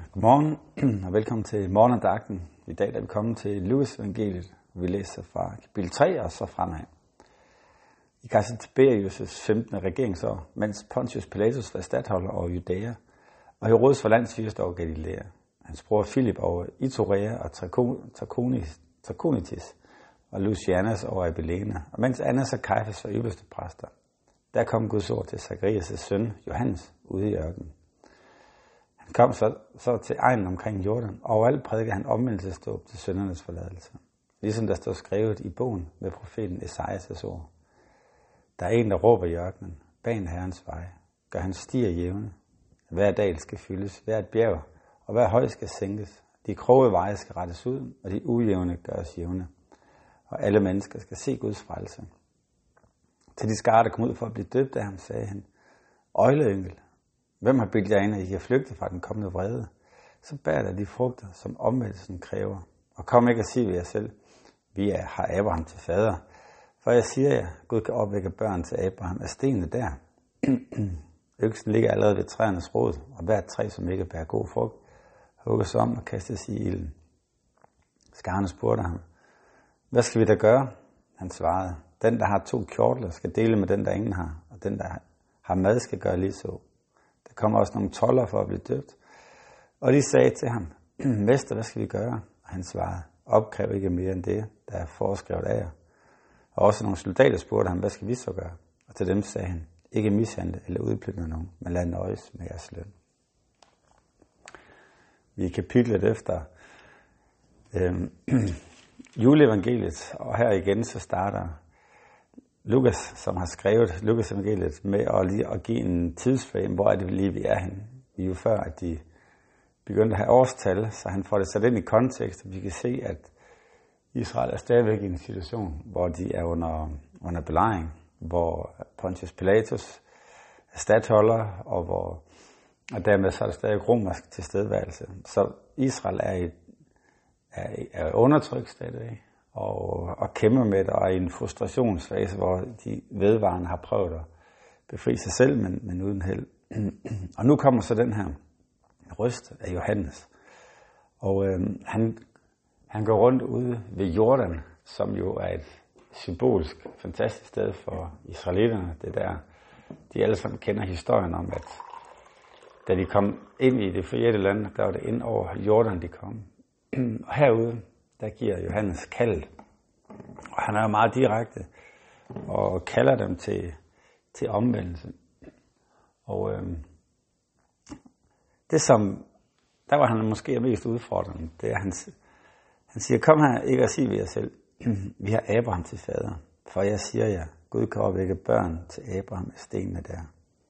Godmorgen og velkommen til morgenandagten. I dag er vi kommet til Lukas evangeliet. Vi læser fra kapitel 3 og så fremad. I kejser Tiberius' 15. regeringsår, mens Pontius Pilatus var statholder over Judæa, og Herodes var landsfyrste over Galilea. Hans bror Filip over Iturea og Trachonitis og Lucianus over Abilene, og mens Annas og Kajfas var øverste præster. Der kom Guds ord til Zacharias' søn Johannes ude i ørkenen. Han kom så til egnen omkring Jordan, og overalt prædikede han omvendelsesdåb til syndernes forladelse. Ligesom der står skrevet i bogen med profeten Esajas ord. Der er en, der råber i ørkenen, ban Herrens vej, gør hans stier jævne. Hver dal skal fyldes, hvert bjerg og hver høj skal sænkes. De kroge veje skal rettes ud, og de ujævne gøres jævne. Og alle mennesker skal se Guds frelse. Til de skare, der kom ud for at blive døbt af ham, sagde han, Øgleyngel, hvem har bildt jer ind, at I kan flygte fra den kommende vrede? Så bær der de frugter, som omvendelsen kræver. Og kom ikke at sige ved jer selv, vi har Abraham til fader. For jeg siger jer, Gud kan opvække børn til Abraham af stenene der. Øksen ligger allerede ved træernes rod, og hvert træ, som ikke bærer god frugt, hugges om og kastes i ilden. Skarne spurgte ham, hvad skal vi da gøre? Han svarede, den, der har 2 kjortler, skal dele med den, der ingen har, og den, der har mad, skal gøre lige så. Der kommer også nogle toldere for at blive døbt. Og de sagde til ham, Mester, hvad skal vi gøre? Og han svarede, opkræv ikke mere end det, der er foreskrevet af jer. Og også nogle soldater spurgte ham, hvad skal vi så gøre? Og til dem sagde han, ikke mishandle eller udplyndre nogen, men lad nøjes med jeres løn. Vi er kapitlet efter juleevangeliet, og her igen så starter Lukas, som har skrevet Lukas evangeliet, med at give en tidsframe, hvor er det lige vi er henne. Vi er jo før, at de begyndte at have årstal, så han får det sat ind i kontekst, og vi kan se, at Israel er stadigvæk i en situation, hvor de er under belejring, hvor Pontius Pilatus er statholder, og dermed så er der stadig romersk tilstedeværelse. Så Israel er undertrykt stadigvæk, og kæmper med det, og er i en frustrationsfase, hvor de vedvarende har prøvet at befri sig selv, men uden held. Og nu kommer så den her røst af Johannes. Og han går rundt ude ved Jordan, som jo er et symbolsk, fantastisk sted for israelitterne. Det der, de alle sammen kender historien om, at da de kom ind i det forjætte land, der var det ind over Jordan, de kom. Og herude, der giver Johannes kald. Og han er jo meget direkte og kalder dem til omvendelse. Og det som, der var han måske mest udfordrende, det er, han siger, kom her, ikke at sige ved jer selv, vi har Abraham til fader. For jeg siger jer, Gud kan opvække børn til Abraham af stenene der.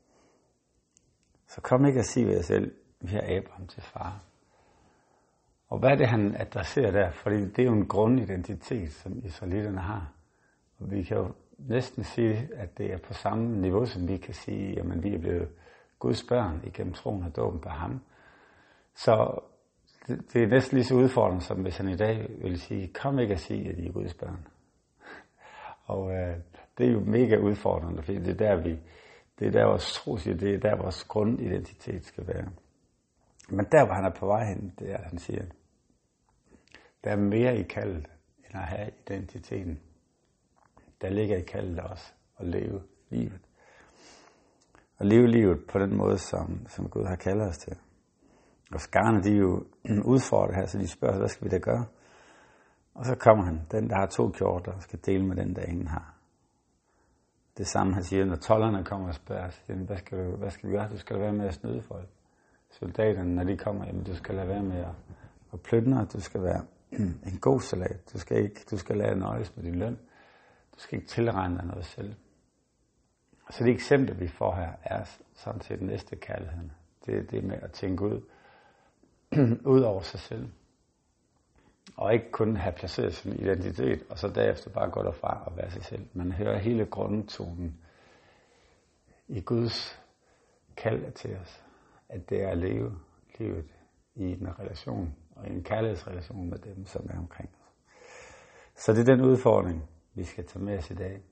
Så kom ikke at sige ved jer selv, vi har Abraham til far. Og hvad er det, han adresserer der? Fordi det er jo en grundidentitet, som israelitterne har. Og vi kan jo næsten sige, at det er på samme niveau, som vi kan sige, jamen vi er blevet Guds børn igennem troen og dåben på ham. Så det er næsten lige så udfordrende, som hvis han i dag vil sige, kom ikke at sige, at I er Guds børn. Og det er jo mega udfordrende, fordi det er der vores tro siger, det er der vores grundidentitet skal være. Men der, hvor han er på vej hen, det er, at han siger, der er mere i kaldet, end at have identiteten. Der ligger i kaldet også at leve livet. Og leve livet på den måde, som Gud har kaldet os til. Og skarne, de er jo udfordret her, så de spørger, hvad skal vi da gøre? Og så kommer han, den der har 2 kjorter, og skal dele med den, der ingen har. Det samme han siger, når tolderne kommer og spørger, hvad skal vi gøre? Du skal lade være med at snyde folk. Soldaterne, når de kommer, jamen du skal lade være med at plyndre, du skal være en god salat, du skal lade nøjes med din løn, du skal ikke tilregne dig noget selv. Så det eksempel, vi får her, er sådan set den næste kærligheden. Det er det med at tænke ud over sig selv. Og ikke kun have placeret sin identitet, og så derefter bare gå derfra og være sig selv. Man hører hele grundtonen i Guds kald til os, at det er at leve livet i en relation, og i en kærlighedsrelation med dem, som er omkring os. Så det er den udfordring, vi skal tage med os i dag.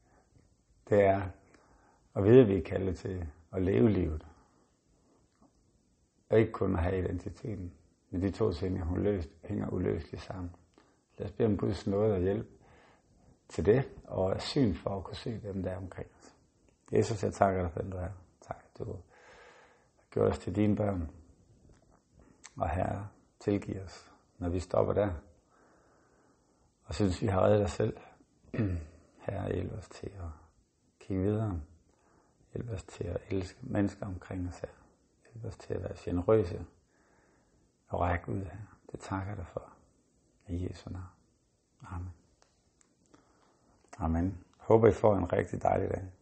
Det er at vide, at vi er kaldet til at leve livet. Og ikke kun at have identiteten. Men de to ting hænger uløseligt sammen. Lad os bede om Guds nåde og hjælp til det, og syn for at kunne se dem der omkring os. Jesus, jeg takker dig for den, du er. Tak, du har gjort os til dine børn. Og Herre, tilgiv os, når vi stopper der. Og synes, vi har reddet os selv. Herre, hjælp os til at kigge videre. Hjælp os til at elske mennesker omkring os her. Hjælp os til at være generøse og række ud her. Det takker dig for. I Jesu navn. Amen. Amen. Håber I får en rigtig dejlig dag.